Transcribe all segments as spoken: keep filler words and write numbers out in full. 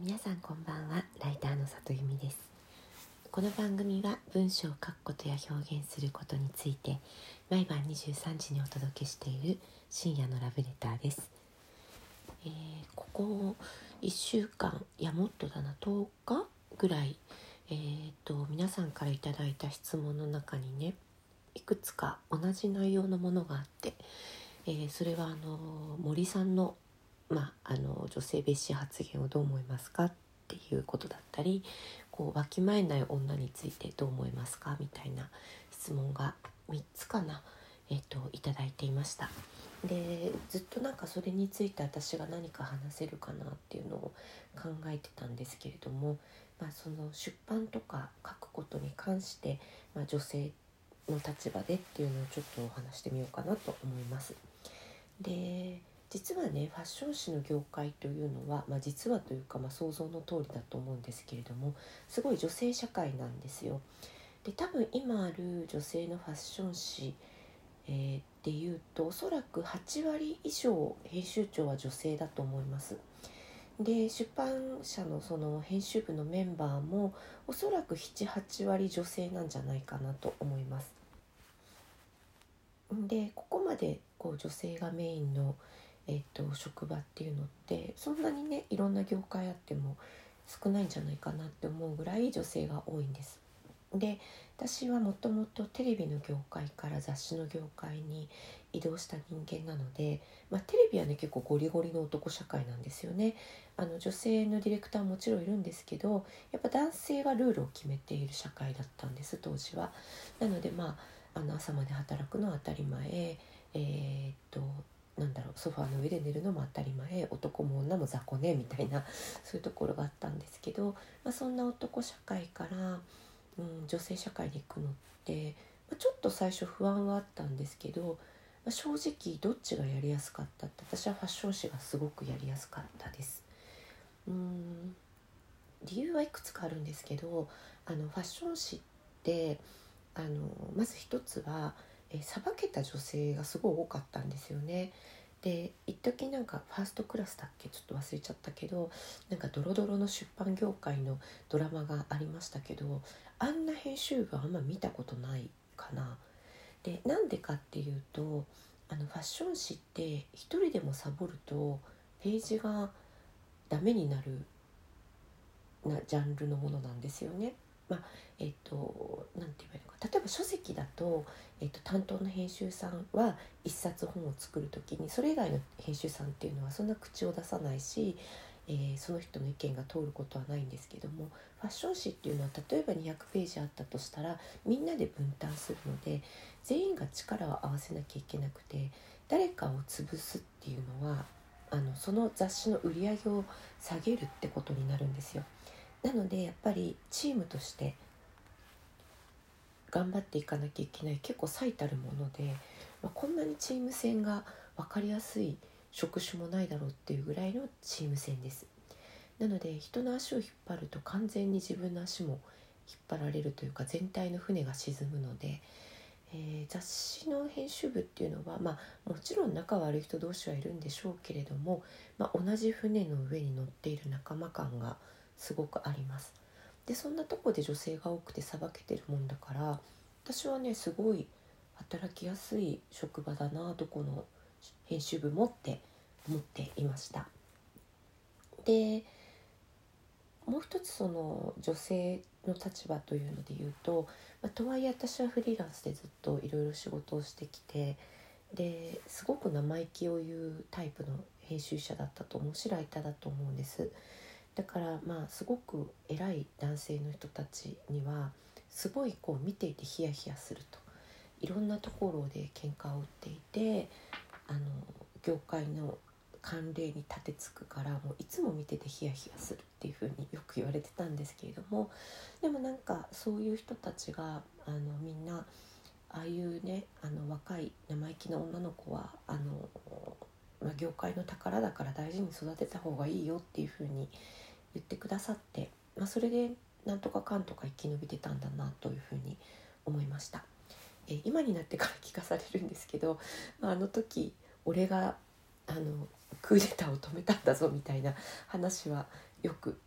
皆さんこんばんは。ライターの里由美です。この番組は文章を書くことや表現することについて毎晩にじゅうさんじにお届けしている深夜のラブレターです。えー、ここいっしゅうかん、いやもっとだな、とおかぐらい、えー、と皆さんからいただいた質問の中にね、いくつか同じ内容のものがあって、えー、それはあの森さんのまあ、あの女性蔑視発言をどう思いますかっていうことだったり、こうわきまえない女についてどう思いますかみたいな質問がみっつかな、えー、といただいていました。でずっとなんかそれについて私が何か話せるかなっていうのを考えてたんですけれども、まあ、その出版とか書くことに関して、まあ、女性の立場でっていうのをちょっとお話してみようかなと思います。で実はね、ファッション誌の業界というのは、まあ、実はというか、まあ、想像の通りだと思うんですけれども、すごい女性社会なんですよ。で多分今ある女性のファッション誌、えー、っていうとおそらくはちわり以上編集長は女性だと思います。で出版社のその編集部のメンバーもおそらくなな、はちわり女性なんじゃないかなと思います。でここまでこう女性がメインのえー、と職場っていうのってそんなにね、いろんな業界あっても少ないんじゃないかなって思うぐらい女性が多いんです。で私はもともとテレビの業界から雑誌の業界に移動した人間なので、まあ、テレビはね結構ゴリゴリの男社会なんですよね。あの女性のディレクターはもちろんいるんですけど、やっぱ男性がルールを決めている社会だったんです当時は。なのでまあ、あの朝まで働くのは当たり前、えー、っとなんだろうソファーの上で寝るのも当たり前、男も女も雑魚ねみたいなそういうところがあったんですけど、まあ、そんな男社会から、うん、女性社会に行くのって、まあ、ちょっと最初不安はあったんですけど、まあ、正直どっちがやりやすかったって、私はファッション誌がすごくやりやすかったです。うーん理由はいくつかあるんですけど、あのファッション誌ってあのまず一つはえさばけた女性がすごい多かったんですよね。で一時なんかファーストクラスだっけちょっと忘れちゃったけど、なんかドロドロの出版業界のドラマがありましたけど、あんな編集部はあんま見たことないかな。でなんでかっていうと、あのファッション誌って一人でもサボるとページがダメになるなジャンルのものなんですよね。まあえっ、となんて言えばいいのか、例えば書籍だと、えっと、担当の編集さんは一冊本を作るときにそれ以外の編集さんっていうのはそんな口を出さないし、えー、その人の意見が通ることはないんですけども、ファッション誌っていうのは例えばにひゃくページあったとしたらみんなで分担するので全員が力を合わせなきゃいけなくて、誰かを潰すっていうのはあのその雑誌の売り上げを下げるってことになるんですよ。なのでやっぱりチームとして頑張っていかなきゃいけない結構最たるもので、まあ、こんなにチーム戦が分かりやすい職種もないだろうっていうぐらいのチーム戦です。なので人の足を引っ張ると完全に自分の足も引っ張られるというか全体の船が沈むので、えー、雑誌の編集部っていうのは、まあ、もちろん仲悪い人同士はいるんでしょうけれども、まあ、同じ船の上に乗っている仲間感がすごくあります。でそんなとこで女性が多くてさばけてるもんだから、私はねすごい働きやすい職場だなどこの編集部もって思っていました。でもう一つその女性の立場というので言うと、まあ、とはいえ私はフリーランスでずっといろいろ仕事をしてきて、ですごく生意気を言うタイプの編集者だったと思うしライターだと思うんです。だからまあすごく偉い男性の人たちにはすごいこう見ていてヒヤヒヤすると、いろんなところで喧嘩を売っていて、あの業界の慣例に立てつくからもういつも見ててヒヤヒヤするっていう風によく言われてたんですけれども、でもなんかそういう人たちがあのみんなああいうねあの若い生意気な女の子はあの、まあ、業界の宝だから大事に育てた方がいいよっていう風に言ってくださって、まあ、それでなんとかかんとか生き延びてたんだなというふうに思いました。え今になってから聞かされるんですけど、まあ、あの時俺があのクーデターを止めたんだぞみたいな話はよく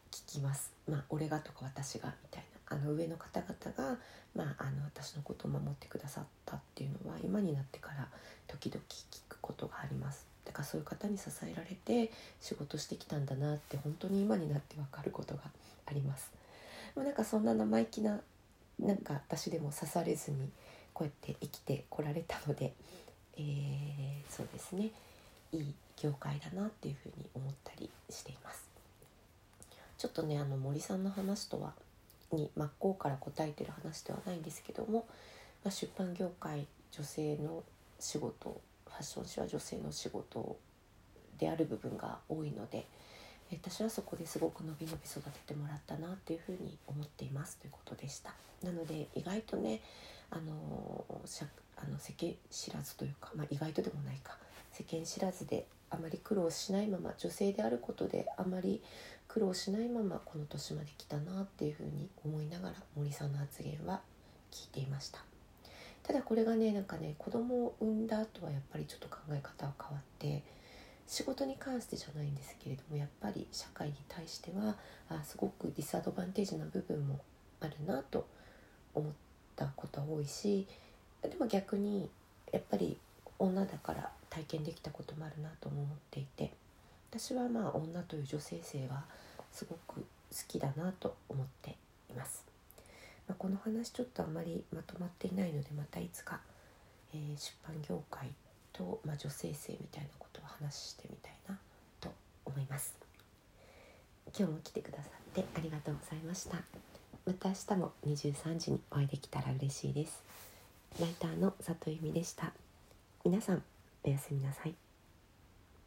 聞きます。まあ俺がとか私がみたいな、あの上の方々が、まあ、あの私のことを守ってくださったっていうのは今になってから時々聞くことがあります。だからそういう方に支えられて仕事してきたんだなって本当に今になって分かることがあります。もうなんかそんな生意気な、なんか私でも刺されずにこうやって生きてこられたので、えー、そうですね、いい業界だなっていうふうに思ったりしています。ちょっとね、あの森さんの話とはに真っ向から答えてる話ではないんですけども、まあ、出版業界女性の仕事、ファッション誌は女性の仕事である部分が多いので、私はそこですごくのびのび育ててもらったなっていうふうに思っていますということでした。なので意外とね、あのあの世間知らずというか、まあ、意外とでもないか、世間知らずであまり苦労しないまま、女性であることであまり苦労しないままこの年まで来たなっていうふうに思いながら森さんの発言は聞いていました。ただこれがね、なんかね、子供を産んだ後はやっぱりちょっと考え方は変わって、仕事に関してじゃないんですけれども、やっぱり社会に対してはあすごくディスアドバンテージな部分もあるなと思ったことは多いし、でも逆にやっぱり女だから体験できたこともあるなとも思っていて、私はまあ女という女性性がすごく好きだなと思っています。まあ、この話ちょっとあまりまとまっていないので、またいつか、えー、出版業界と、まあ、女性性みたいなことを話してみたいなと思います。今日も来てくださってありがとうございました。また明日もにじゅうさんじにお会いできたら嬉しいです。ライターの里由美でした。皆さんおやすみなさい。